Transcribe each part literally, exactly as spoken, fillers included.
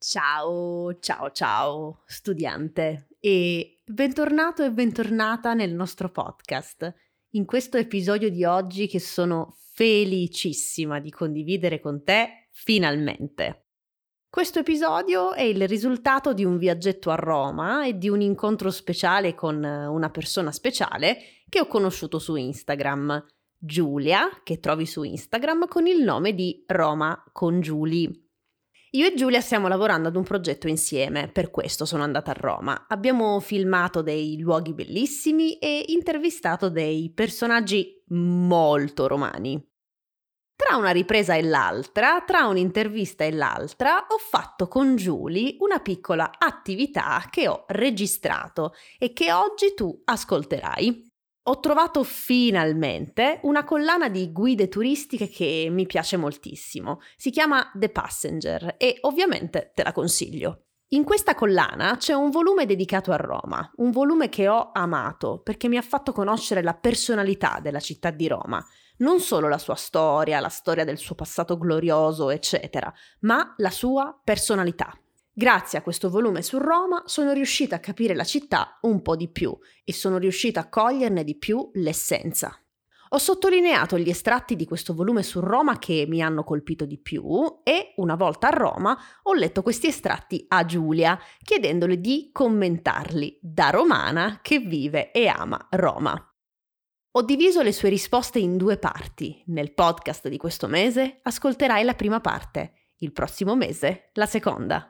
Ciao, ciao, ciao, studiante e bentornato e bentornata nel nostro podcast. In questo episodio di oggi che sono felicissima di condividere con te finalmente. Questo episodio è il risultato di un viaggetto a Roma e di un incontro speciale con una persona speciale che ho conosciuto su Instagram, Giulia, che trovi su Instagram con il nome di Roma con Giuli. Io e Giulia stiamo lavorando ad un progetto insieme, per questo sono andata a Roma. Abbiamo filmato dei luoghi bellissimi e intervistato dei personaggi molto romani. Tra una ripresa e l'altra, tra un'intervista e l'altra, ho fatto con Giulia una piccola attività che ho registrato e che oggi tu ascolterai. Ho trovato finalmente una collana di guide turistiche che mi piace moltissimo. Si chiama The Passenger e ovviamente te la consiglio. In questa collana c'è un volume dedicato a Roma, un volume che ho amato perché mi ha fatto conoscere la personalità della città di Roma. Non solo la sua storia, la storia del suo passato glorioso, eccetera, ma la sua personalità. Grazie a questo volume su Roma sono riuscita a capire la città un po' di più e sono riuscita a coglierne di più l'essenza. Ho sottolineato gli estratti di questo volume su Roma che mi hanno colpito di più e, una volta a Roma, ho letto questi estratti a Giulia, chiedendole di commentarli da romana che vive e ama Roma. Ho diviso le sue risposte in due parti. Nel podcast di questo mese ascolterai la prima parte, il prossimo mese la seconda.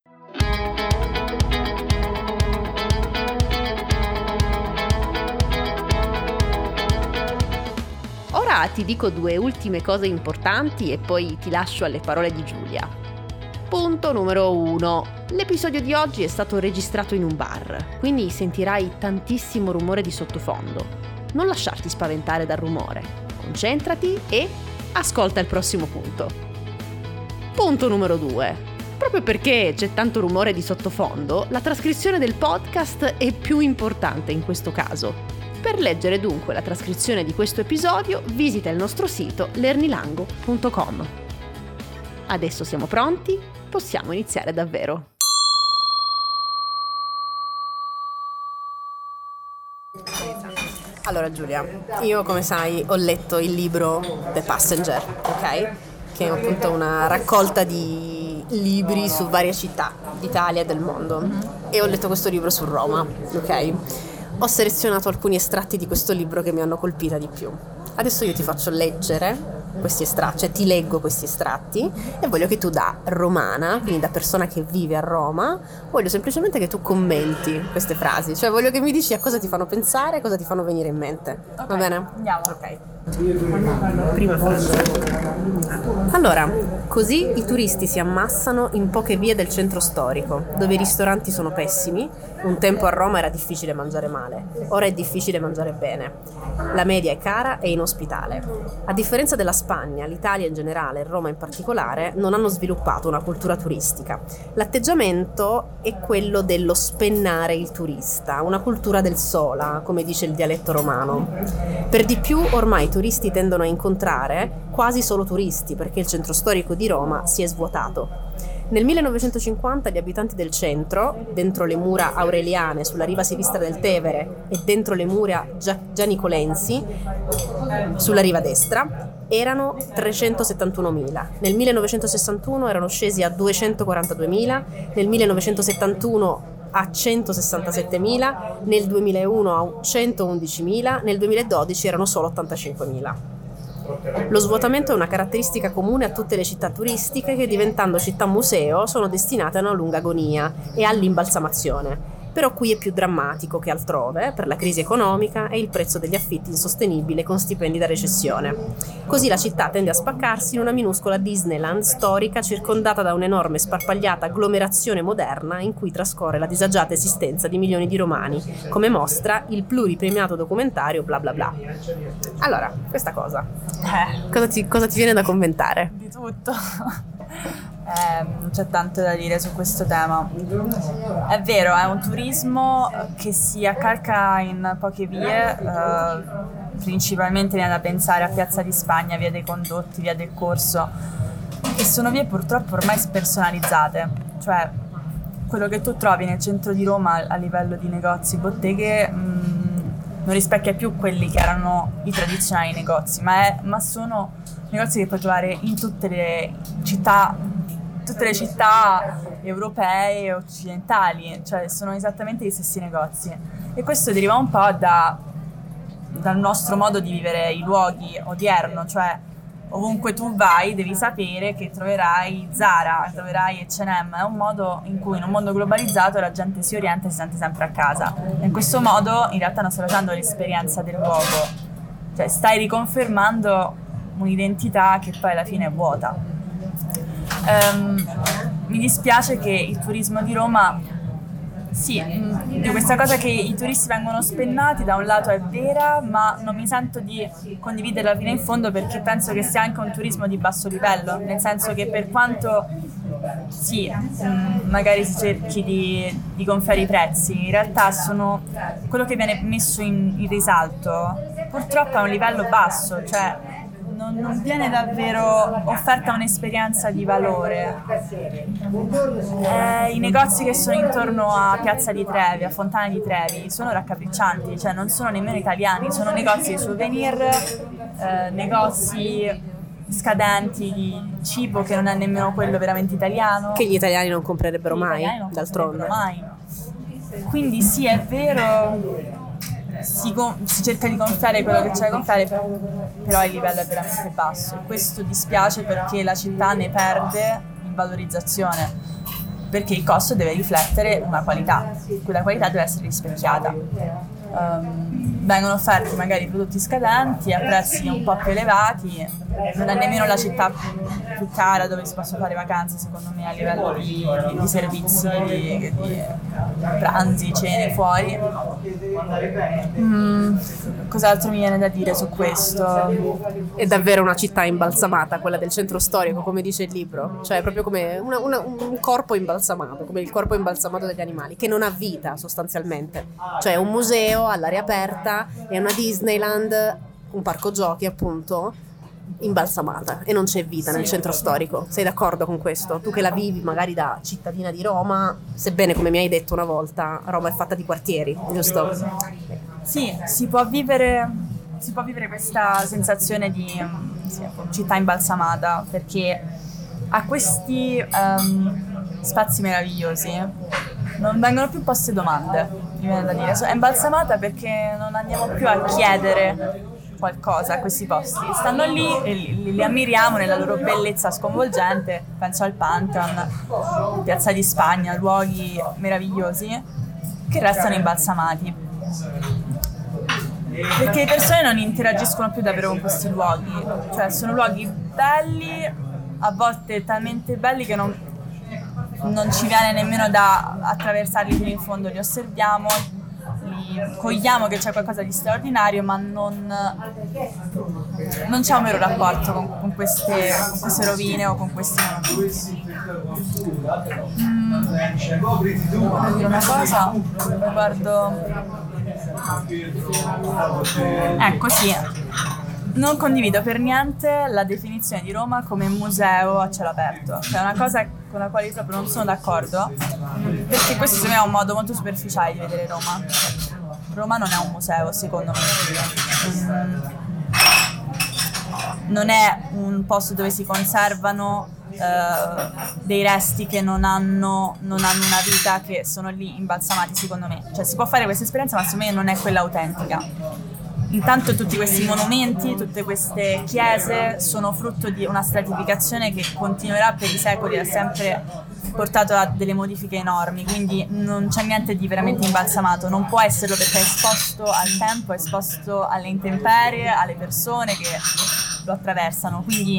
Ora ti dico due ultime cose importanti e poi ti lascio alle parole di Giulia. Punto numero uno. L'episodio di oggi è stato registrato in un bar, quindi sentirai tantissimo rumore di sottofondo. Non lasciarti spaventare dal rumore. Concentrati e ascolta il prossimo punto. Punto numero due. Proprio perché c'è tanto rumore di sottofondo, la trascrizione del podcast è più importante in questo caso. Per leggere dunque la trascrizione di questo episodio, visita il nostro sito lernilango punto com. Adesso siamo pronti? Possiamo iniziare davvero. Allora Giulia, io come sai ho letto il libro The Passenger, ok? Che è appunto una raccolta di libri su varie città d'Italia e del mondo. Mm-hmm. E ho letto questo libro su Roma, ok? Ho selezionato alcuni estratti di questo libro che mi hanno colpita di più. Adesso io ti faccio leggere questi estratti, cioè ti leggo questi estratti e voglio che tu da romana, quindi da persona che vive a Roma, voglio semplicemente che tu commenti queste frasi, cioè voglio che mi dici a cosa ti fanno pensare, cosa ti fanno venire in mente. Okay, va bene? Andiamo. Ok. Prima frase. Allora, così i turisti si ammassano in poche vie del centro storico, dove i ristoranti sono pessimi. Un tempo a Roma era difficile mangiare male, ora è difficile mangiare bene. La media è cara e inospitale. A differenza della Spagna, l'Italia in generale e Roma in particolare non hanno sviluppato una cultura turistica. L'atteggiamento è quello dello spennare il turista, una cultura del sola, come dice il dialetto romano. Per di più, ormai i turisti tendono a incontrare quasi solo turisti, perché il centro storico di Roma si è svuotato. Nel millenovecentocinquanta gli abitanti del centro, dentro le mura aureliane sulla riva sinistra del Tevere e dentro le mura Gia- Gianicolensi sulla riva destra, erano trecentosettantunomila. Nel millenovecentosessantuno erano scesi a duecentoquarantaduemila, nel millenovecentosettantuno a centosessantasettemila, nel duemilauno a centoundicimila, nel duemiladodici erano solo ottantacinquemila. Lo svuotamento è una caratteristica comune a tutte le città turistiche che, diventando città museo, sono destinate a una lunga agonia e all'imbalsamazione. Però qui è più drammatico che altrove per la crisi economica e il prezzo degli affitti insostenibile con stipendi da recessione. Così la città tende a spaccarsi in una minuscola Disneyland storica circondata da un'enorme sparpagliata agglomerazione moderna in cui trascorre la disagiata esistenza di milioni di romani, come mostra il pluripremiato documentario bla bla bla. Allora, questa cosa, Eh, cosa ti, cosa ti viene da commentare? di tutto. Eh, non c'è tanto da dire su questo tema. È vero, è un turismo che si accalca in poche vie, eh, principalmente viene da pensare a Piazza di Spagna, Via dei Condotti, Via del Corso, che sono vie purtroppo ormai spersonalizzate. cioè quello che tu trovi nel centro di Roma a livello di negozi, botteghe, mh, non rispecchia più quelli che erano i tradizionali negozi, ma, è, ma sono negozi che puoi trovare in tutte le città, tutte le città europee e occidentali, cioè sono esattamente gli stessi negozi. E questo deriva un po' da, dal nostro modo di vivere i luoghi odierno, cioè ovunque tu vai devi sapere che troverai Zara, troverai acca e emme. È un modo in cui in un mondo globalizzato la gente si orienta e si sente sempre a casa. E in questo modo in realtà non stai facendo l'esperienza del luogo, cioè stai riconfermando un'identità che poi alla fine è vuota. Um, mi dispiace che il turismo di Roma, sì, mh, di questa cosa che i turisti vengono spennati, da un lato è vera, ma non mi sento di condividerla fino in fondo, perché penso che sia anche un turismo di basso livello, nel senso che per quanto sì, mh, magari si cerchi di, di gonfiare i prezzi, in realtà sono quello che viene messo in, in risalto purtroppo è un livello basso, cioè Non, non viene davvero offerta un'esperienza di valore. Eh, I negozi che sono intorno a Piazza di Trevi, a Fontana di Trevi, sono raccapriccianti, cioè non sono nemmeno italiani, sono negozi di souvenir, eh, negozi scadenti di cibo che non è nemmeno quello veramente italiano. Che gli italiani non comprerebbero mai, non d'altronde. Mai. Quindi sì, è vero, Si, con, si cerca di gonfiare quello che c'è da gonfiare, però il livello è veramente basso e questo dispiace perché la città ne perde in valorizzazione, perché il costo deve riflettere una qualità, quella qualità deve essere rispecchiata. Um, vengono offerti magari prodotti scadenti a prezzi un po' più elevati, non è nemmeno la città più cara dove si possono fare vacanze secondo me a livello di, di, di servizi, di, di pranzi, cene fuori. Mm, cos'altro mi viene da dire su questo? È davvero una città imbalsamata quella del centro storico, come dice il libro, cioè proprio come una, una, un corpo imbalsamato, come il corpo imbalsamato degli animali, che non ha vita sostanzialmente, cioè un museo all'aria aperta e una Disneyland, un parco giochi appunto, imbalsamata, e non c'è vita nel centro storico. Sei d'accordo con questo? Tu che la vivi magari da cittadina di Roma, sebbene come mi hai detto una volta Roma è fatta di quartieri, giusto? Sì, si può vivere si può vivere questa sensazione di sì, città imbalsamata, perché a questi um, spazi meravigliosi non vengono più poste domande, mi viene da dire. È imbalsamata perché non andiamo più a chiedere qualcosa a questi posti, stanno lì e li, li ammiriamo nella loro bellezza sconvolgente. Penso al Pantheon, Piazza di Spagna, luoghi meravigliosi che restano imbalsamati perché le persone non interagiscono più davvero con questi luoghi, cioè sono luoghi belli, a volte talmente belli che non, non ci viene nemmeno da attraversarli fino in fondo, li osserviamo, cogliamo che c'è qualcosa di straordinario, ma non, non c'è un vero rapporto con, con, queste, con queste rovine o con questi monumenti. Mm, voglio dire una cosa riguardo, ecco sì, non condivido per niente la definizione di Roma come museo a cielo aperto, cioè è una cosa con la quale proprio non sono d'accordo, perché questo secondo me è un modo molto superficiale di vedere Roma. Roma non è un museo, secondo me. Mm, non è un posto dove si conservano eh, dei resti che non hanno, non hanno una vita, che sono lì imbalsamati, secondo me. Cioè si può fare questa esperienza, ma secondo me non è quella autentica. Intanto tutti questi monumenti, tutte queste chiese sono frutto di una stratificazione che continuerà per i secoli, ha sempre portato a delle modifiche enormi, quindi non c'è niente di veramente imbalsamato, non può esserlo perché è esposto al tempo, è esposto alle intemperie, alle persone che lo attraversano, quindi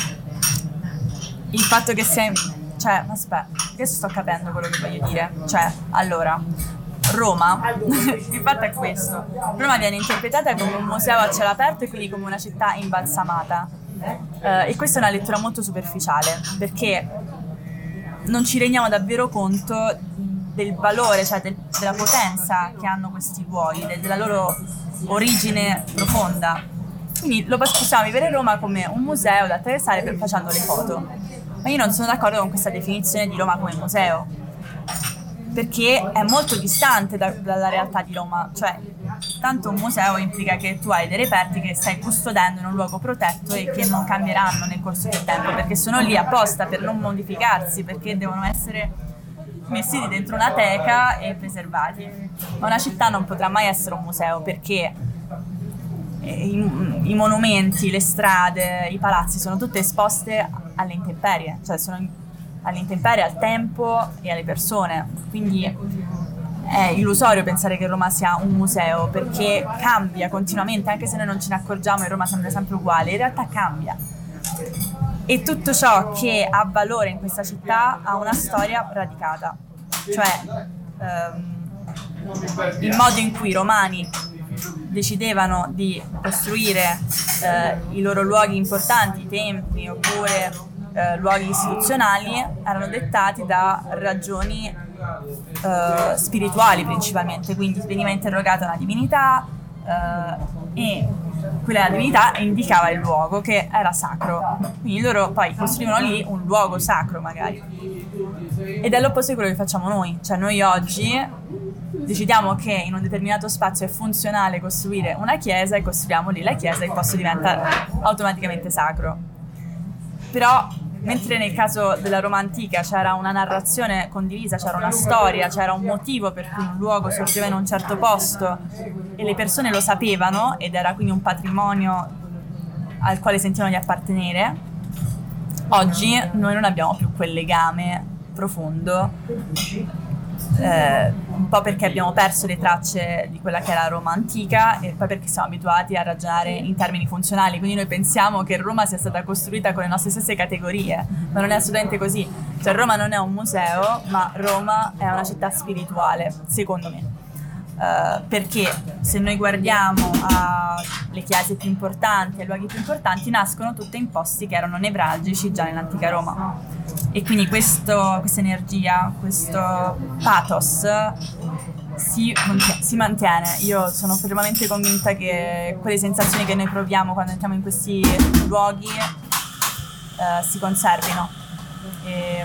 il fatto che sia, cioè, aspetta, adesso sto capendo quello che voglio dire, cioè, allora, Roma, il fatto è questo, Roma viene interpretata come un museo a cielo aperto e quindi come una città imbalsamata, eh, e questa è una lettura molto superficiale, perché non ci rendiamo davvero conto del valore, cioè del, della potenza che hanno questi luoghi, de, della loro origine profonda. Quindi lo possiamo vivere Roma come un museo da attraversare per, facendo le foto. Ma io non sono d'accordo con questa definizione di Roma come museo, perché è molto distante da, dalla realtà di Roma. Cioè, tanto un museo implica che tu hai dei reperti che stai custodendo in un luogo protetto e che non cambieranno nel corso del tempo, perché sono lì apposta per non modificarsi, perché devono essere messi dentro una teca e preservati. Ma una città non potrà mai essere un museo, perché i, i monumenti, le strade, i palazzi sono tutte esposte alle intemperie, cioè sono all'intemperie, al tempo e alle persone. Quindi è illusorio pensare che Roma sia un museo, perché cambia continuamente, anche se noi non ce ne accorgiamo e Roma sembra sempre uguale, in realtà cambia. E tutto ciò che ha valore in questa città ha una storia radicata, cioè ehm, il modo in cui i romani decidevano di costruire eh, i loro luoghi importanti, i templi oppure eh, luoghi istituzionali, erano dettati da ragioni eh, spirituali principalmente. Quindi veniva interrogata una divinità eh, e quella divinità indicava il luogo che era sacro, quindi loro poi costruivano lì un luogo sacro magari. Ed è l'opposto di quello che facciamo noi, cioè noi oggi decidiamo che in un determinato spazio è funzionale costruire una chiesa e costruiamo lì la chiesa e il posto diventa automaticamente sacro. Però mentre nel caso della Roma antica c'era una narrazione condivisa, c'era una storia, c'era un motivo per cui un luogo sorgeva in un certo posto e le persone lo sapevano ed era quindi un patrimonio al quale sentivano di appartenere, oggi noi non abbiamo più quel legame profondo, eh, un po' perché abbiamo perso le tracce di quella che era Roma antica e poi perché siamo abituati a ragionare in termini funzionali, quindi noi pensiamo che Roma sia stata costruita con le nostre stesse categorie, ma non è assolutamente così. Cioè Roma non è un museo, ma Roma è una città spirituale, secondo me. Uh, perché se noi guardiamo alle chiese più importanti, ai luoghi più importanti, nascono tutte in posti che erano nevralgici già nell'antica Roma, e quindi questo, questa energia, questo pathos si, si mantiene. Io sono fermamente convinta che quelle sensazioni che noi proviamo quando entriamo in questi luoghi uh, si conservino. E,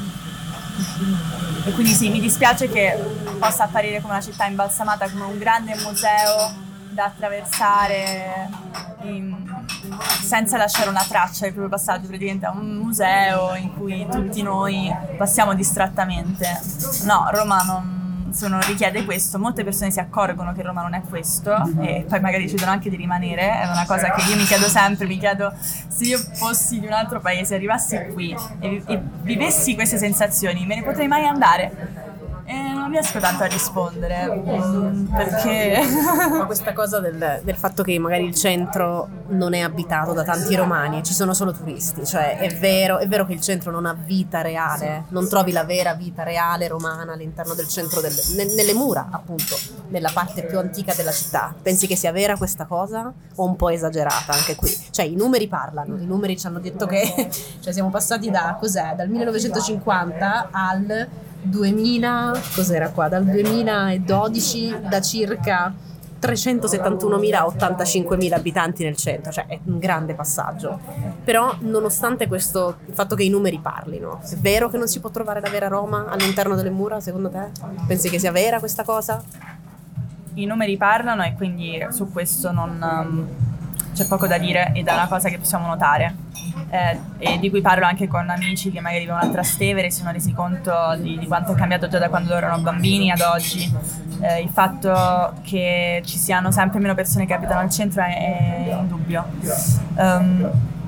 E quindi sì, mi dispiace che possa apparire come una città imbalsamata, come un grande museo da attraversare in, senza lasciare una traccia del proprio passaggio, perché diventa un museo in cui tutti noi passiamo distrattamente. No, Roma non, se uno richiede questo, molte persone si accorgono che Roma non è questo e poi magari decidono anche di rimanere. È una cosa che io mi chiedo sempre, mi chiedo se io fossi di un altro paese, arrivassi qui e, e vivessi queste sensazioni, me ne potrei mai andare? E non riesco tanto a rispondere, perché ma questa cosa del, del fatto che magari il centro non è abitato da tanti romani, ci sono solo turisti, cioè è vero, è vero che il centro non ha vita reale, non trovi la vera vita reale romana all'interno del centro, del, ne, nelle mura appunto, nella parte più antica della città. Pensi che sia vera questa cosa o un po' esagerata anche qui? Cioè i numeri parlano, i numeri ci hanno detto che cioè siamo passati da cos'è, dal millenovecentocinquanta al duemila, cos'era qua? Dal duemiladodici da circa trecentosettantunomila a ottantacinquemila abitanti nel centro, cioè è un grande passaggio. Però nonostante questo, il fatto che i numeri parlino, è vero che non si può trovare la vera Roma all'interno delle mura, secondo te? Pensi che sia vera questa cosa? I numeri parlano e quindi su questo non um, c'è poco da dire ed è una cosa che possiamo notare. Eh, e di cui parlo anche con amici che magari vivono a Trastevere e si sono resi conto di, di quanto è cambiato già da quando loro erano bambini ad oggi. Eh, il fatto che ci siano sempre meno persone che abitano al centro è, è indubbio. Um,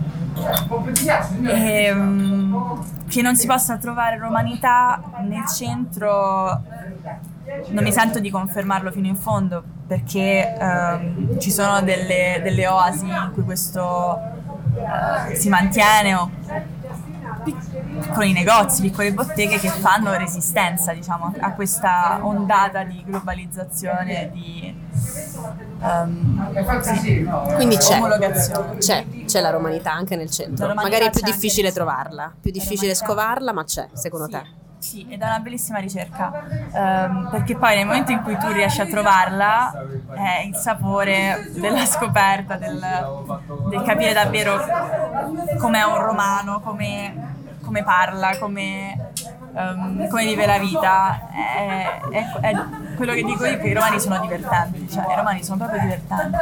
e, um, che non si possa trovare romanità nel centro non mi sento di confermarlo fino in fondo, perché um, ci sono delle, delle oasi in cui questo Uh, si mantiene, o piccoli negozi, piccole botteghe che fanno resistenza, diciamo, a questa ondata di globalizzazione, di um, sì, quindi c'è, omologazione. C'è, c'è la romanità anche nel centro, magari è più difficile trovarla, più difficile scovarla, ma c'è, secondo sì. te? Sì, ed è una bellissima ricerca, um, perché poi nel momento in cui tu riesci a trovarla è il sapore della scoperta, del, del capire davvero com'è un romano, come come parla, come, um, come vive la vita. È, è, è quello che dico io, che i romani sono divertenti, cioè i romani sono proprio divertenti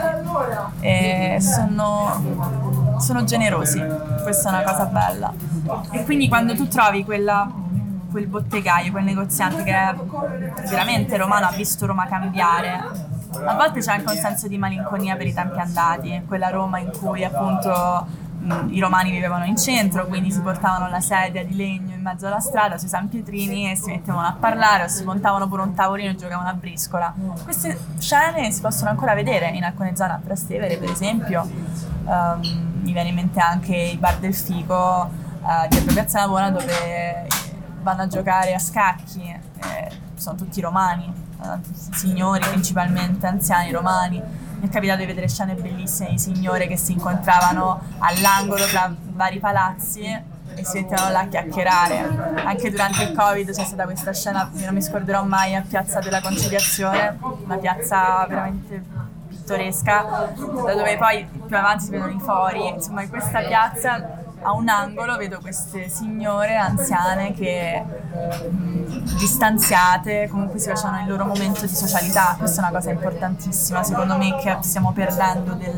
e sono, sono generosi, questa è una cosa bella. E quindi quando tu trovi quella, quel bottegaio, quel negoziante che è veramente romano, ha visto Roma cambiare, a volte c'è anche un senso di malinconia per i tempi andati, quella Roma in cui appunto mh, i romani vivevano in centro, quindi si portavano la sedia di legno in mezzo alla strada sui San Pietrini e si mettevano a parlare o si montavano pure un tavolino e giocavano a briscola. Queste scene si possono ancora vedere in alcune zone, a Trastevere per esempio. Um, mi viene in mente anche il bar del Fico uh, dietro Piazza Navona, dove vanno a giocare a scacchi, eh, sono tutti romani, signori principalmente, anziani romani. Mi è capitato di vedere scene bellissime di signore che si incontravano all'angolo tra vari palazzi e si mettevano là a chiacchierare. Anche durante il Covid c'è stata questa scena che non mi scorderò mai a Piazza della Conciliazione, una piazza veramente pittoresca, da dove poi più avanti si vedono i fori. Insomma, in questa piazza a un angolo vedo queste signore anziane che mh, distanziate comunque si facevano il loro momento di socialità. Questa è una cosa importantissima secondo me, che stiamo perdendo del,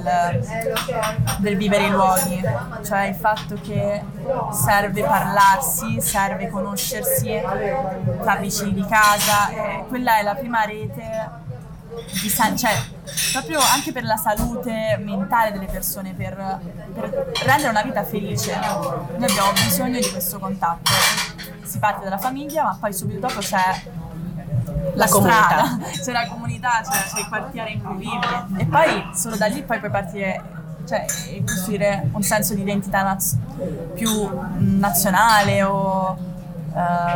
del vivere i luoghi, cioè il fatto che serve parlarsi, serve conoscersi tra vicini di casa, e quella è la prima rete di san- cioè proprio anche per la salute mentale delle persone, per, per rendere una vita felice. Noi abbiamo bisogno di questo contatto. Si parte dalla famiglia, ma poi subito dopo c'è la, la strada, comunità, c'è la comunità, c'è, c'è il quartiere in cui vivi, e poi solo da lì poi puoi partire, cioè costruire un senso di identità naz- più nazionale o uh,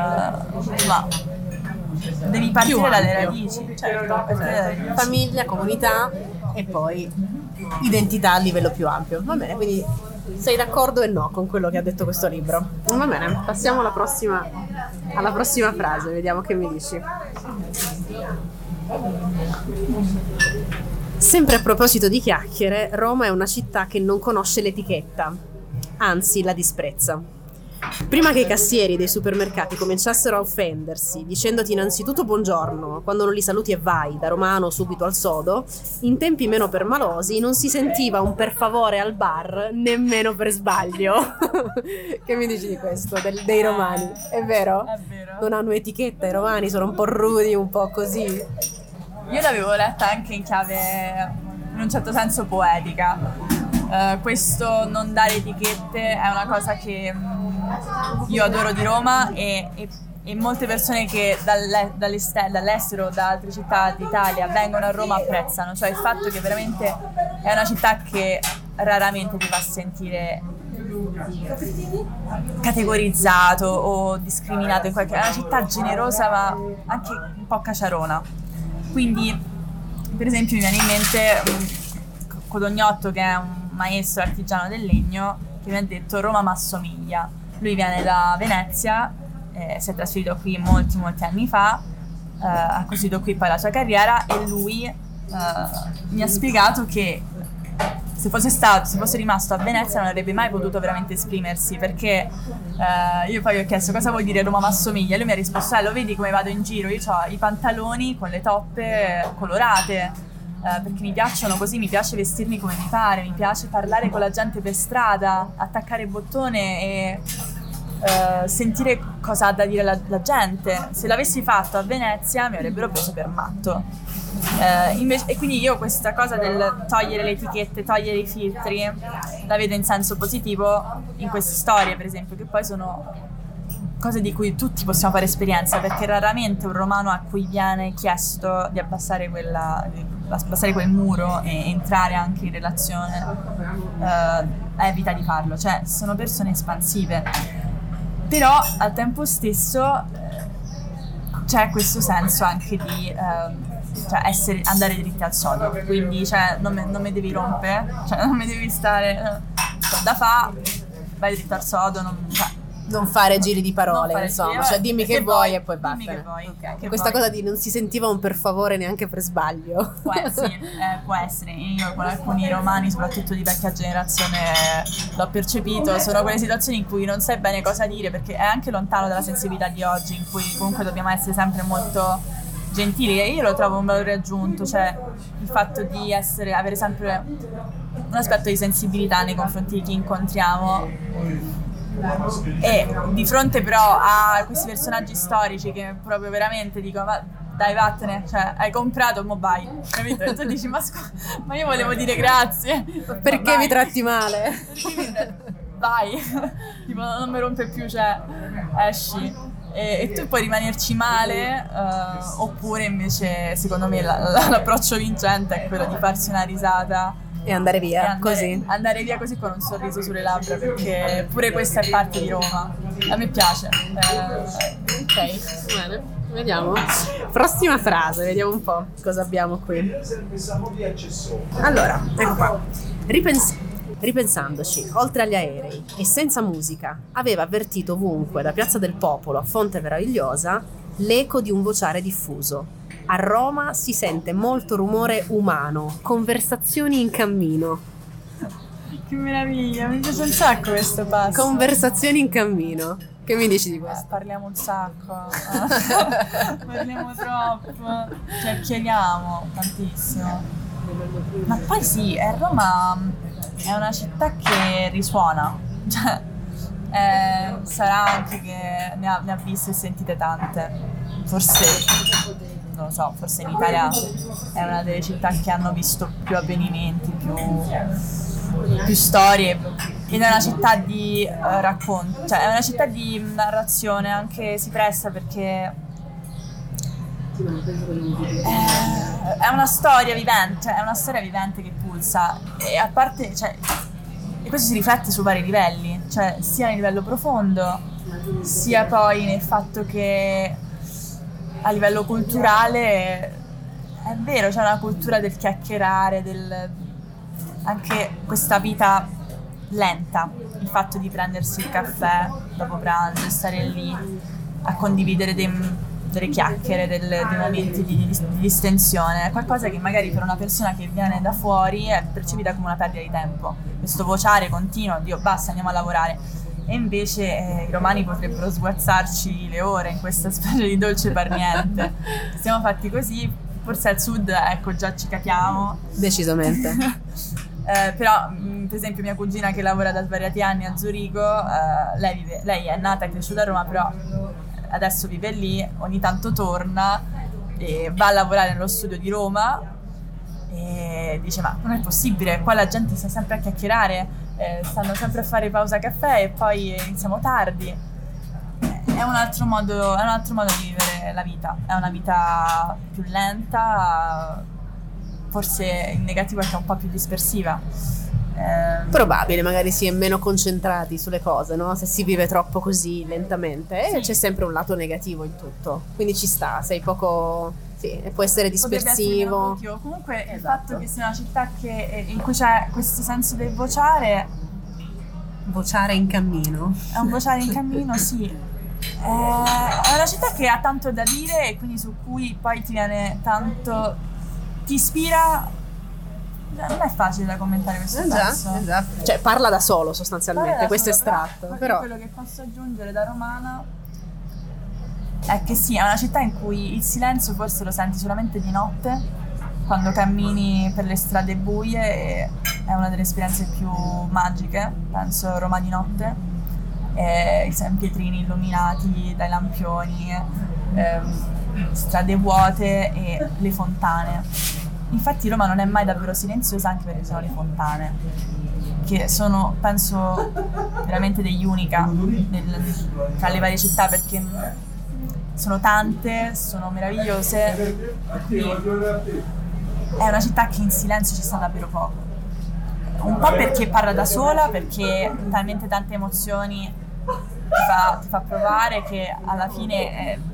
ma devi partire dalle radici, certo, cioè, famiglia, comunità e poi identità a livello più ampio. Va bene, quindi sei d'accordo e no con quello che ha detto questo libro? Va bene, passiamo alla prossima, alla prossima frase, vediamo che mi dici. Sempre a proposito di chiacchiere, Roma è una città che non conosce l'etichetta, anzi la disprezza. Prima che i cassieri dei supermercati cominciassero a offendersi, dicendoti innanzitutto buongiorno, quando non li saluti e vai, da romano subito al sodo, in tempi meno permalosi non si sentiva un per favore al bar nemmeno per sbaglio. Che mi dici di questo, del, dei romani? È vero? È vero. Non hanno etichetta, i romani sono un po' rudi, un po' così. Io l'avevo letta anche in chiave, in un certo senso, poetica. Uh, questo non dare etichette è una cosa che um, io adoro di Roma, e, e, e molte persone che dalle, dall'estero, da altre città d'Italia vengono a Roma apprezzano, cioè il fatto che veramente è una città che raramente ti fa sentire categorizzato o discriminato in qualche... È una città generosa ma anche un po' caciarona. Quindi per esempio mi viene in mente um, Codognotto, che è un maestro artigiano del legno, che mi ha detto Roma m'assomiglia. Lui viene da Venezia, eh, si è trasferito qui molti molti anni fa, eh, ha costruito qui poi la sua carriera, e lui eh, mi ha spiegato che se fosse stato, se fosse rimasto a Venezia non avrebbe mai potuto veramente esprimersi, perché eh, io poi gli ho chiesto cosa vuol dire Roma m'assomiglia, e lui mi ha risposto eh, lo vedi come vado in giro, io ho i pantaloni con le toppe colorate, Uh, perché mi piacciono così, mi piace vestirmi come mi pare, mi piace parlare con la gente per strada, attaccare il bottone e uh, sentire cosa ha da dire la, la gente. Se l'avessi fatto a Venezia mi avrebbero preso per matto. Uh, invece, e quindi io questa cosa del togliere le etichette, togliere i filtri, la vedo in senso positivo in queste storie, per esempio, che poi sono cose di cui tutti possiamo fare esperienza, perché raramente un romano a cui viene chiesto di abbassare quella, di abbassare quel muro e entrare anche in relazione uh, evita di farlo, cioè sono persone espansive, però al tempo stesso c'è questo senso anche di uh, cioè essere, andare dritti al sodo, quindi cioè non mi, non mi devi rompere, cioè non mi devi stare uh, da fa, vai dritto al sodo, non, cioè, non fare giri di parole, fare insomma, giri, cioè dimmi che, che vuoi, vuoi e poi dimmi vattene. Che vuoi, okay. che Questa vuoi. cosa di non si sentiva un per favore neanche per sbaglio. Può, sì, eh, può essere. Io con alcuni romani, soprattutto di vecchia generazione, l'ho percepito. Sono quelle situazioni in cui non sai bene cosa dire, perché è anche lontano dalla sensibilità di oggi, in cui comunque dobbiamo essere sempre molto gentili, e io lo trovo un valore aggiunto, cioè il fatto di essere, avere sempre un aspetto di sensibilità nei confronti di chi incontriamo. E di fronte però a questi personaggi storici che proprio veramente dico ma dai vattene, cioè hai comprato, mo vai, capito? E tu dici ma scusa, ma io volevo dire grazie, perché vai. Mi tratti male? Perché mi tratti... vai, tipo non mi rompe più, cioè esci. E, e tu puoi rimanerci male, uh, oppure invece secondo me la, la, l'approccio vincente è quello di farsi una risata e andare via, e andare, così andare via così con un sorriso sulle labbra, perché pure questa è parte di Roma, a me piace. eh, ok, bene, vediamo prossima frase, vediamo un po' cosa abbiamo qui. Allora, ecco qua. Ripens- ripensandoci, oltre agli aerei e senza musica, aveva avvertito ovunque, da Piazza del Popolo a Fonte Meravigliosa, l'eco di un vociare diffuso. A Roma si sente molto rumore umano, conversazioni in cammino. Che meraviglia, mi piace un sacco questo passo. Conversazioni in cammino. Che mi dici di questo? Eh, parliamo un sacco, parliamo troppo, chiacchieriamo tantissimo. Ma poi sì, eh, Roma è una città che risuona, cioè eh, sarà anche che ne ha, ne ha viste e sentite tante, forse... non lo so, forse in Italia è una delle città che hanno visto più avvenimenti, più, più storie, ed è una città di uh, racconto, cioè è una città di narrazione, anche si presta perché è, è una storia vivente, cioè è una storia vivente che pulsa, e a parte, cioè, e questo si riflette su vari livelli, cioè sia nel livello profondo, sia poi nel fatto che a livello culturale è vero, c'è una cultura del chiacchierare, del anche questa vita lenta, il fatto di prendersi il caffè dopo pranzo e stare lì a condividere dei, delle chiacchiere, del, dei momenti di, di, di distensione, è qualcosa che magari per una persona che viene da fuori è percepita come una perdita di tempo, questo vociare continuo, Dio basta, andiamo a lavorare. E invece eh, i romani potrebbero sguazzarci le ore in questa specie di dolce par niente. Siamo fatti così, forse al sud, ecco, già ci capiamo. Decisamente. eh, però, mh, per esempio, mia cugina che lavora da svariati anni a Zurigo, eh, lei, vive, lei è nata e cresciuta a Roma, però adesso vive lì, ogni tanto torna e va a lavorare nello studio di Roma e dice ma non è possibile, qua la gente sta sempre a chiacchierare, Eh, stanno sempre a fare pausa caffè e poi iniziamo tardi. È un altro modo, è un altro modo di vivere la vita, è una vita più lenta, forse in negativo perché è un po' più dispersiva. Eh, Probabile, magari si è meno concentrati sulle cose, no? Se si vive troppo così lentamente, sì. E c'è sempre un lato negativo in tutto, quindi ci sta, sei poco... Sì, può essere dispersivo. Essere Comunque esatto. Il fatto che sia una città che, in cui c'è questo senso del vociare, vociare in cammino. È un vociare in cammino, sì. È una città che ha tanto da dire e quindi su cui poi ti viene tanto, ti ispira. Non è facile da commentare questo pezzo. Esatto. Cioè parla da solo sostanzialmente, parla questo solo, estratto. Però, però quello che posso aggiungere da romana è che sì, è una città in cui il silenzio forse lo senti solamente di notte, quando cammini per le strade buie, e è una delle esperienze più magiche, penso, Roma di notte, e i San Pietrini illuminati dai lampioni, ehm, strade vuote e le fontane. Infatti Roma non è mai davvero silenziosa, anche perché ci sono le fontane, che sono, penso, veramente degli unica nel, tra le varie città, perché sono tante, sono meravigliose, quindi è una città che in silenzio ci sta davvero poco. Un po' perché parla da sola, perché talmente tante emozioni ti fa, ti fa provare che alla fine eh,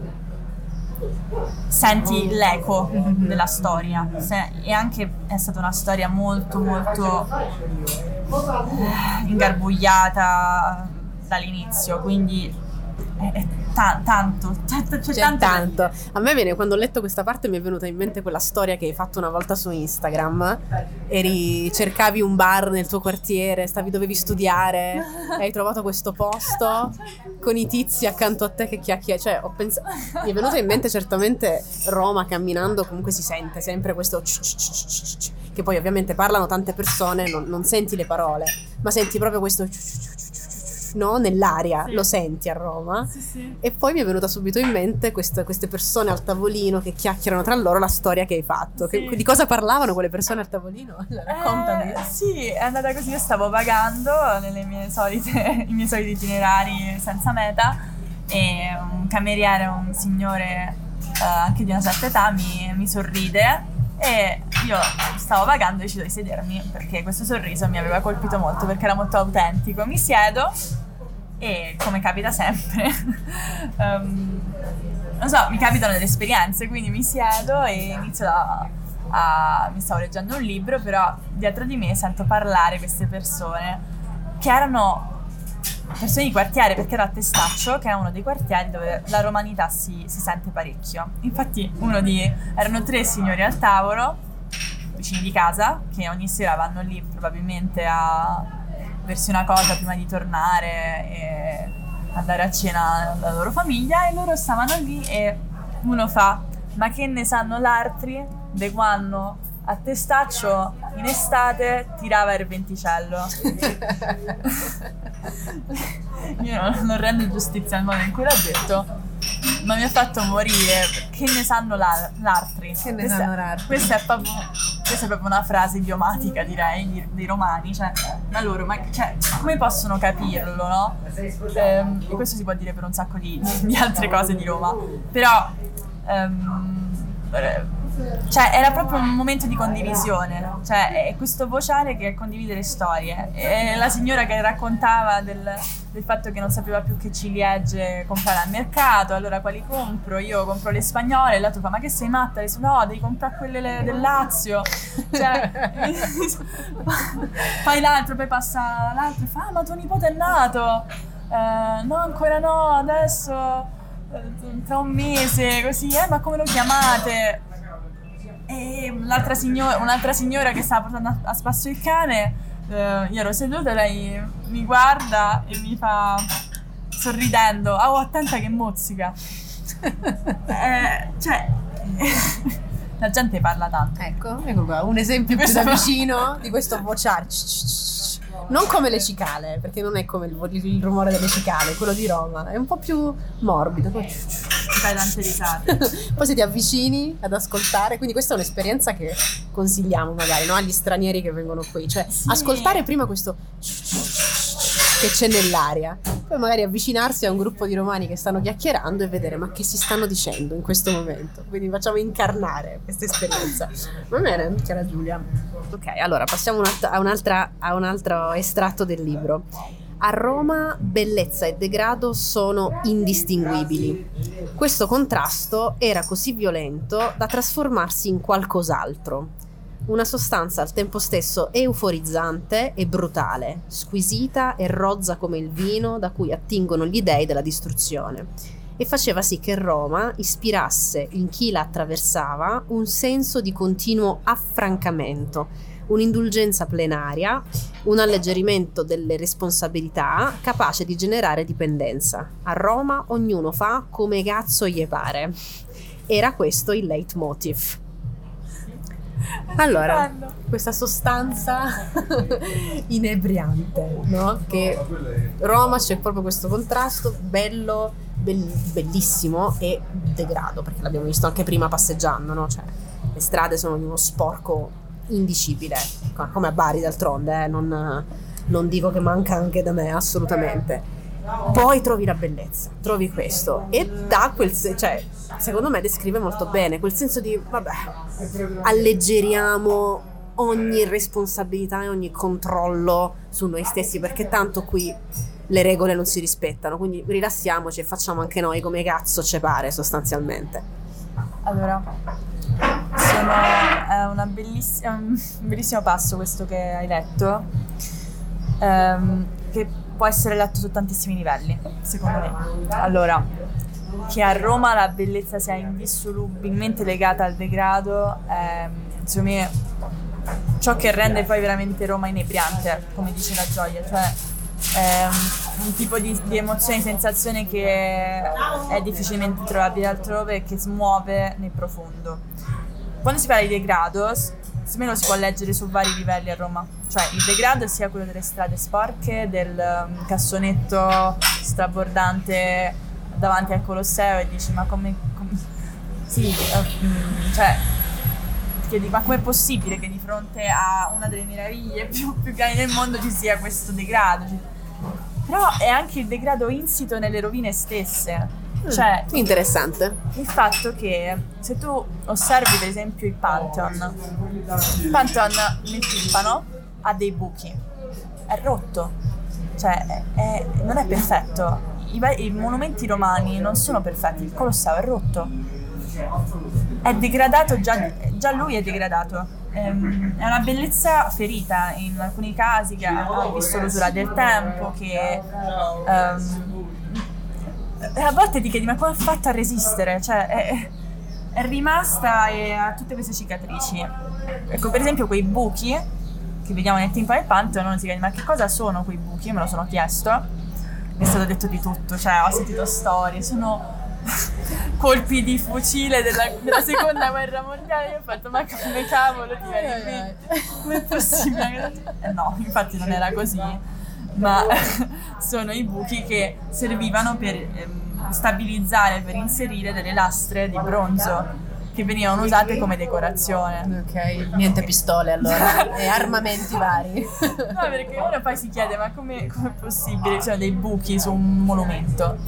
senti l'eco della storia. Se, e anche è stata una storia molto molto eh, ingarbugliata, dall'inizio, quindi è, è ta- tanto, c'è, c'è, C'è tanto. tanto. A me viene, quando ho letto questa parte mi è venuta in mente quella storia che hai fatto una volta su Instagram. Eri, cercavi un bar nel tuo quartiere, stavi, dovevi studiare, e hai trovato questo posto con i tizi accanto a te che chiacchierano. Cioè, ho pensato, mi è venuta in mente certamente Roma camminando, comunque si sente sempre questo che poi ovviamente parlano tante persone, non, non senti le parole, ma senti proprio questo, no, nell'aria, sì. Lo senti a Roma, sì, sì. E poi mi è venuta subito in mente queste, queste persone al tavolino che chiacchierano tra loro la storia che hai fatto, sì. che, di cosa parlavano quelle persone al tavolino? Raccontami. Eh, sì, è andata così, io stavo vagando nelle mie solite, i miei soliti itinerari senza meta e un cameriere, un signore eh, anche di una certa età mi, mi sorride e io stavo vagando e decido di sedermi perché questo sorriso mi aveva colpito molto perché era molto autentico. Mi siedo e, come capita sempre, um, non so, mi capitano delle esperienze, quindi mi siedo e inizio a, a mi stavo leggendo un libro, però dietro di me sento parlare queste persone che erano persone di quartiere, perché ero a Testaccio, che è uno dei quartieri dove la romanità si, si sente parecchio. Infatti uno di erano tre signori al tavolo vicini di casa che ogni sera vanno lì probabilmente a bersi una cosa prima di tornare e andare a cena dalla loro famiglia, e loro stavano lì e uno fa: ma che ne sanno l'altri de quando a Testaccio in estate tirava il venticello. Io non, non rendo giustizia al modo in cui l'ha detto, ma mi ha fatto morire. Che ne sanno la, l'altri? Che ne questa, sanno l'altri? Questa è, proprio, questa è proprio una frase idiomatica, direi, di, dei romani. Cioè, ma loro, ma cioè, come possono capirlo, no? Ehm, e questo si può dire per un sacco di, di altre cose di Roma. Però... Ehm, cioè era proprio un momento di condivisione, cioè è questo vociare che condivide le storie, e la signora che raccontava del, del fatto che non sapeva più che ciliegie comprare al mercato, allora quali compro? Io compro le spagnole, e l'altro fa: ma che sei matta? E no, devi comprare quelle le, del Lazio, cioè, poi l'altro poi passa l'altro e fa: ah, ma tuo nipote è nato? Eh, no, ancora no, adesso tra un mese, così, eh, ma come lo chiamate? E l'altra signora, un'altra signora che stava portando a, a spasso il cane, eh, io ero seduta, lei mi guarda e mi fa, sorridendo: oh, attenta che mozzica. eh, cioè la gente parla tanto. Ecco, ecco qua, un esempio più da vicino di questo vociare. Non come le cicale, perché non è come il, il rumore delle cicale, quello di Roma, è un po' più morbido. Poi fai tante risate. Poi se ti avvicini ad ascoltare, quindi questa è un'esperienza che consigliamo magari, no, agli stranieri che vengono qui, cioè sì. Ascoltare prima questo che c'è nell'aria, poi magari avvicinarsi a un gruppo di romani che stanno chiacchierando e vedere ma che si stanno dicendo in questo momento, quindi facciamo incarnare questa esperienza. Va bene, cara Giulia. Ok, allora passiamo a, un'altra, a un altro estratto del libro. A Roma bellezza e degrado sono indistinguibili. Questo contrasto era così violento da trasformarsi in qualcos'altro. Una sostanza al tempo stesso euforizzante e brutale, squisita e rozza come il vino da cui attingono gli dei della distruzione, e faceva sì che Roma ispirasse in chi la attraversava un senso di continuo affrancamento, un'indulgenza plenaria, un alleggerimento delle responsabilità capace di generare dipendenza. A Roma ognuno fa come cazzo gli pare. Era questo il leitmotiv. Allora, questa sostanza inebriante, no? Che Roma c'è proprio questo contrasto bello, bell- bellissimo e degrado, perché l'abbiamo visto anche prima passeggiando, no? Cioè, le strade sono di uno sporco indicibile, come a Bari d'altronde, eh? non, non dico che manca anche da me, assolutamente. Poi trovi la bellezza, trovi questo e dà quel, cioè, secondo me descrive molto bene quel senso di vabbè, alleggeriamo ogni responsabilità e ogni controllo su noi stessi, perché tanto qui le regole non si rispettano, quindi rilassiamoci e facciamo anche noi come cazzo ci pare, sostanzialmente. Allora, sono, è una bellissima, un bellissimo passo questo che hai letto, ehm, che può essere letto su tantissimi livelli, secondo me. Allora, che a Roma la bellezza sia indissolubilmente legata al degrado, eh, secondo me ciò che rende poi veramente Roma inebriante, come dice la Gioia, cioè è un tipo di, di emozione, di sensazione che è difficilmente trovabile altrove e che smuove nel profondo. Quando si parla di degrado, secondo me lo si può leggere su vari livelli a Roma, cioè il degrado sia quello delle strade sporche, del um, cassonetto strabordante davanti al Colosseo e dici ma come, come... sì, uh, cioè chiedi ma com'è possibile che di fronte a una delle meraviglie più, più grandi del mondo ci sia questo degrado, però è anche il degrado insito nelle rovine stesse. Cioè, interessante il fatto che se tu osservi per esempio il Pantheon, il Pantheon nel timpano ha dei buchi, è rotto, cioè è, è, non è perfetto. I, I monumenti romani non sono perfetti, il Colosseo è rotto, è degradato, già, già lui è degradato, è, è una bellezza ferita in alcuni casi, che ha, ha visto l'usura del tempo, che um, a volte ti chiedi ma come ha fatto a resistere, cioè è, è rimasta e ha tutte queste cicatrici. Ecco, per esempio quei buchi che vediamo nel timpano del Pantheon, non si chiede ma che cosa sono quei buchi, io me lo sono chiesto, mi è stato detto di tutto, cioè ho sentito storie, sono colpi di fucile della, della seconda guerra mondiale. Io ho fatto ma come cavolo ti viene qui, com'è possibile? Eh no, infatti non era così, ma sono i buchi che servivano per ehm, stabilizzare, per inserire delle lastre di bronzo che venivano usate come decorazione. Ok, niente pistole allora e armamenti vari. No, perché uno poi si chiede ma come è possibile, cioè dei buchi su un monumento.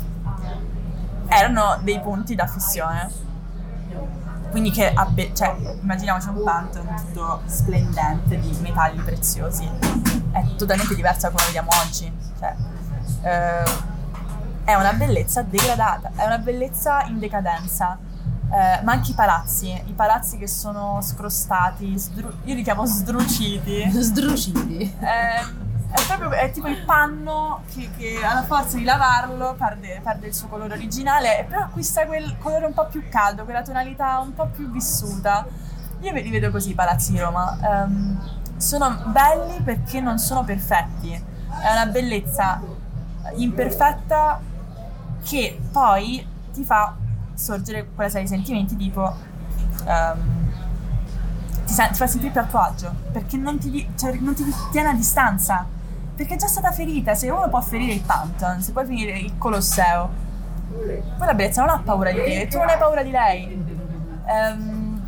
Erano dei punti da fissione, quindi che abbe- cioè immaginiamoci un Pantheon tutto splendente di metalli preziosi, è totalmente diversa da come lo vediamo oggi, cioè eh, è una bellezza degradata, è una bellezza in decadenza. Eh, ma anche i palazzi, i palazzi che sono scrostati, sdru- io li chiamo sdruciti. Sdruciti. Eh, è proprio è tipo il panno che, che alla forza di lavarlo perde, perde il suo colore originale, però acquista quel colore un po' più caldo, quella tonalità un po' più vissuta. Io li vedo così i palazzi di Roma. Um, sono belli perché non sono perfetti, è una bellezza imperfetta che poi ti fa sorgere quella serie di sentimenti tipo um, ti, sen- ti fa sentire più a tuo agio perché non ti, cioè, non ti tiene a distanza, perché è già stata ferita. Se uno può ferire il Pantheon, se puoi finire il Colosseo, poi la bellezza non ha paura di te e tu non hai paura di lei, um,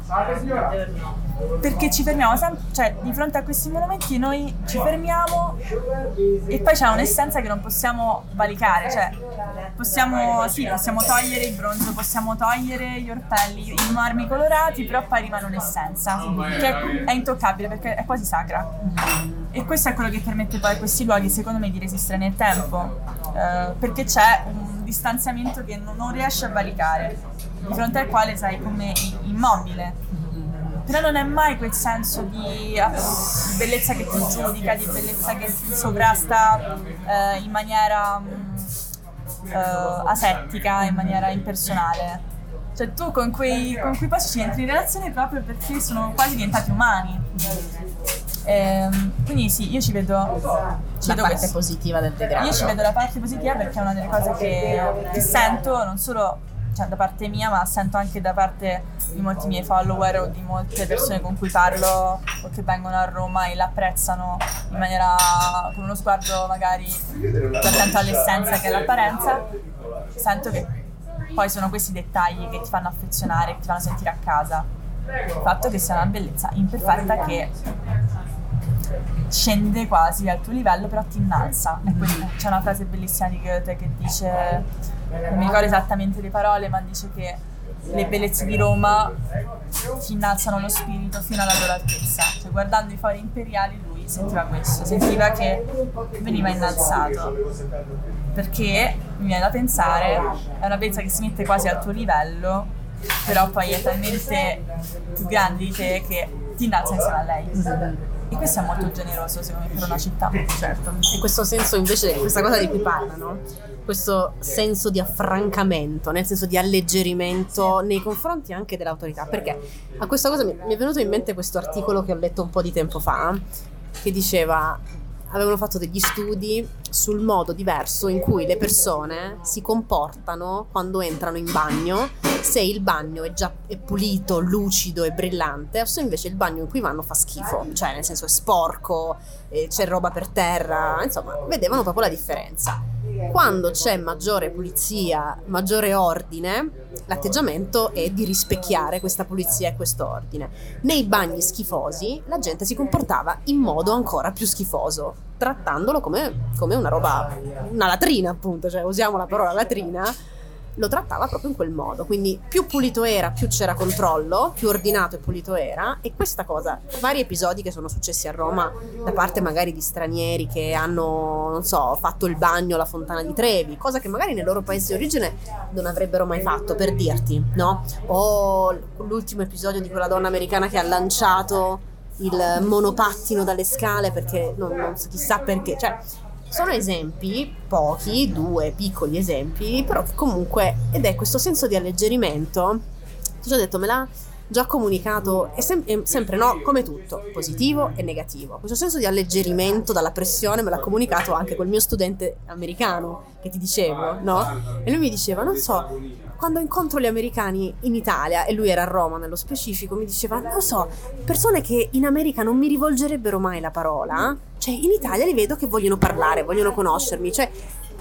perché ci fermiamo sempre, cioè di fronte a questi monumenti noi ci fermiamo e poi c'è un'essenza che non possiamo valicare, cioè possiamo, sì, possiamo togliere il bronzo, possiamo togliere gli orpelli, i marmi colorati, però poi rimane un'essenza che è intoccabile perché è quasi sacra, e questo è quello che permette poi a questi luoghi secondo me di resistere nel tempo, eh, perché c'è un distanziamento che non, non riesce a valicare, di fronte al quale sei come immobile. Però non è mai quel senso di uh, bellezza che ti giudica, di bellezza che ti sovrasta uh, in maniera um, uh, asettica, in maniera impersonale. Cioè tu con quei, con quei posti entri in relazione proprio perché sono quasi diventati umani. Ehm, quindi sì, io ci vedo, ci la vedo parte questo. positiva del degrado. Io ci vedo la parte positiva perché è una delle cose che, che sento, non solo cioè da parte mia, ma sento anche da parte di molti miei follower o di molte persone con cui parlo o che vengono a Roma e l'apprezzano in maniera, con uno sguardo magari più attento all'essenza che all'apparenza. Sento che poi sono questi dettagli che ti fanno affezionare, che ti fanno sentire a casa. Il fatto che sia una bellezza imperfetta che scende quasi al tuo livello, però ti innalza. E quindi c'è una frase bellissima di Goethe che dice, non mi ricordo esattamente le parole, ma dice che le bellezze di Roma ti innalzano lo spirito fino alla loro altezza. Cioè, guardando i fori imperiali lui sentiva questo, sentiva che veniva innalzato, perché mi viene da pensare è una bellezza che si mette quasi al tuo livello, però poi è talmente più grande di te che ti innalza insieme a lei. E questo è molto generoso secondo me per una città. Certo. E questo senso invece, questa cosa di cui parlano, questo senso di affrancamento, nel senso di alleggerimento nei confronti anche dell'autorità, perché a questa cosa mi è venuto in mente questo articolo che ho letto un po' di tempo fa, che diceva, avevano fatto degli studi sul modo diverso in cui le persone si comportano quando entrano in bagno, se il bagno è già è pulito, lucido e brillante, o se invece il bagno in cui vanno fa schifo, cioè nel senso è sporco, eh, c'è roba per terra, insomma, vedevano proprio la differenza. Quando c'è maggiore pulizia, maggiore ordine, l'atteggiamento è di rispecchiare questa pulizia e questo ordine. Nei bagni schifosi la gente si comportava in modo ancora più schifoso, trattandolo come, come una roba, una latrina appunto, cioè usiamo la parola latrina, lo trattava proprio in quel modo, quindi più pulito era, più c'era controllo, più ordinato e pulito era. E questa cosa, vari episodi che sono successi a Roma da parte magari di stranieri che hanno, non so, fatto il bagno alla Fontana di Trevi, cosa che magari nel loro paese di origine non avrebbero mai fatto, per dirti, no? O l'ultimo episodio di quella donna americana che ha lanciato il monopattino dalle scale perché non, non so chissà perché, cioè sono esempi, pochi, due piccoli esempi, però che comunque, ed è questo senso di alleggerimento, ti ho detto, me l'ha già comunicato, è, sem- è sempre no, come tutto, positivo e negativo. Questo senso di alleggerimento dalla pressione me l'ha comunicato anche quel mio studente americano che ti dicevo, no? E lui mi diceva, non so, quando incontro gli americani in Italia, e lui era a Roma nello specifico, mi diceva, non so, persone che in America non mi rivolgerebbero mai la parola, cioè in Italia li vedo che vogliono parlare, vogliono conoscermi, cioè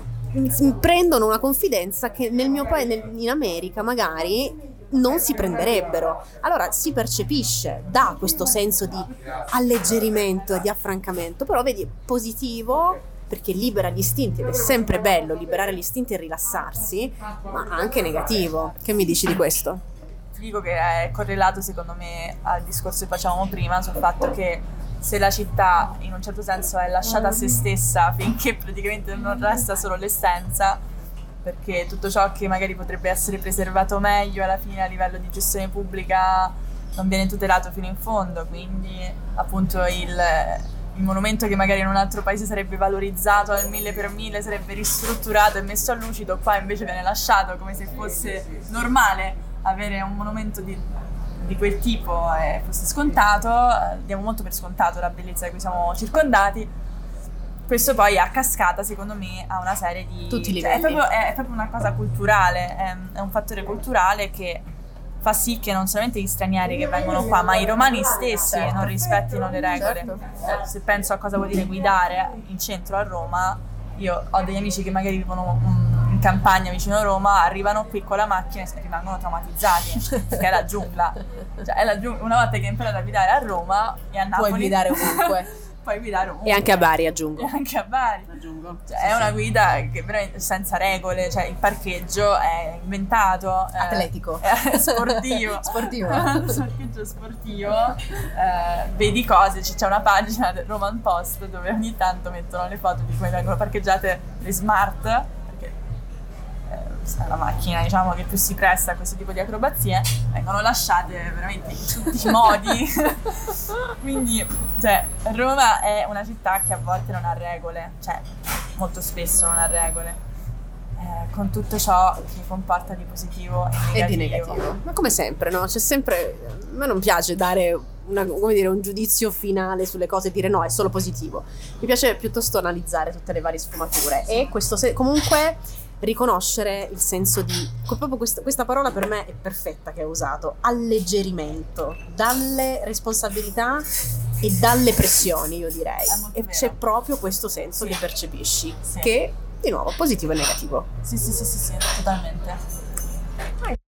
prendono una confidenza che nel mio paese, in America magari non si prenderebbero. Allora si percepisce, dà questo senso di alleggerimento e di affrancamento, però vedi, è positivo perché libera gli istinti, ed è sempre bello liberare gli istinti e rilassarsi, ma anche negativo. Che mi dici di questo? Ti dico che è correlato secondo me al discorso che facevamo prima sul fatto che se la città in un certo senso è lasciata a se stessa finché praticamente non resta solo l'essenza, perché tutto ciò che magari potrebbe essere preservato meglio alla fine a livello di gestione pubblica non viene tutelato fino in fondo, quindi appunto il, il monumento che magari in un altro paese sarebbe valorizzato al mille per mille, sarebbe ristrutturato e messo a lucido, qua invece viene lasciato come se fosse normale avere un monumento di, di quel tipo e fosse scontato. Diamo molto per scontato la bellezza di cui siamo circondati. Questo poi a cascata, secondo me, ha una serie di... Tutti i cioè, livelli. è, proprio, è, è proprio una cosa culturale, è, è un fattore culturale che fa sì che non solamente gli stranieri che vengono qua, ma i romani stessi Certo. non rispettino le regole. Certo. Eh, se penso a cosa vuol dire guidare in centro a Roma, io ho degli amici che magari vivono um, in campagna vicino a Roma, arrivano qui con la macchina e rimangono traumatizzati, perché è la giungla. Cioè, è la giungla. Una volta che impari a guidare a Roma e a Napoli... Puoi guidare ovunque. Puoi guidare ovunque. E anche a Bari, aggiungo. E anche a Bari. Aggiungo. Cioè, Sì, è sì. una guida che veramente senza regole, cioè il parcheggio è inventato. Atletico. È sportivo. Sportivo. Il parcheggio sportivo. Eh, vedi cose, c'è una pagina del Roman Post dove ogni tanto mettono le foto di come vengono parcheggiate le smart, perché eh, la macchina, diciamo, che più si presta a questo tipo di acrobazie, vengono lasciate veramente in tutti i modi. Quindi, cioè, Roma è una città che a volte non ha regole, cioè molto spesso non ha regole, eh, con tutto ciò che comporta di positivo e negativo. E di negativo. Ma come sempre, no? C'è sempre... A me non piace dare una, come dire, un giudizio finale sulle cose e dire no, è solo positivo. Mi piace piuttosto analizzare tutte le varie sfumature e questo se, comunque riconoscere il senso di... Proprio questa, questa parola per me è perfetta che hai usato, alleggerimento, dalle responsabilità e dalle pressioni, io direi. E vero. c'è proprio questo senso Sì. che percepisci, Sì. che di nuovo positivo e negativo. Sì, sì, sì, sì, sì, totalmente.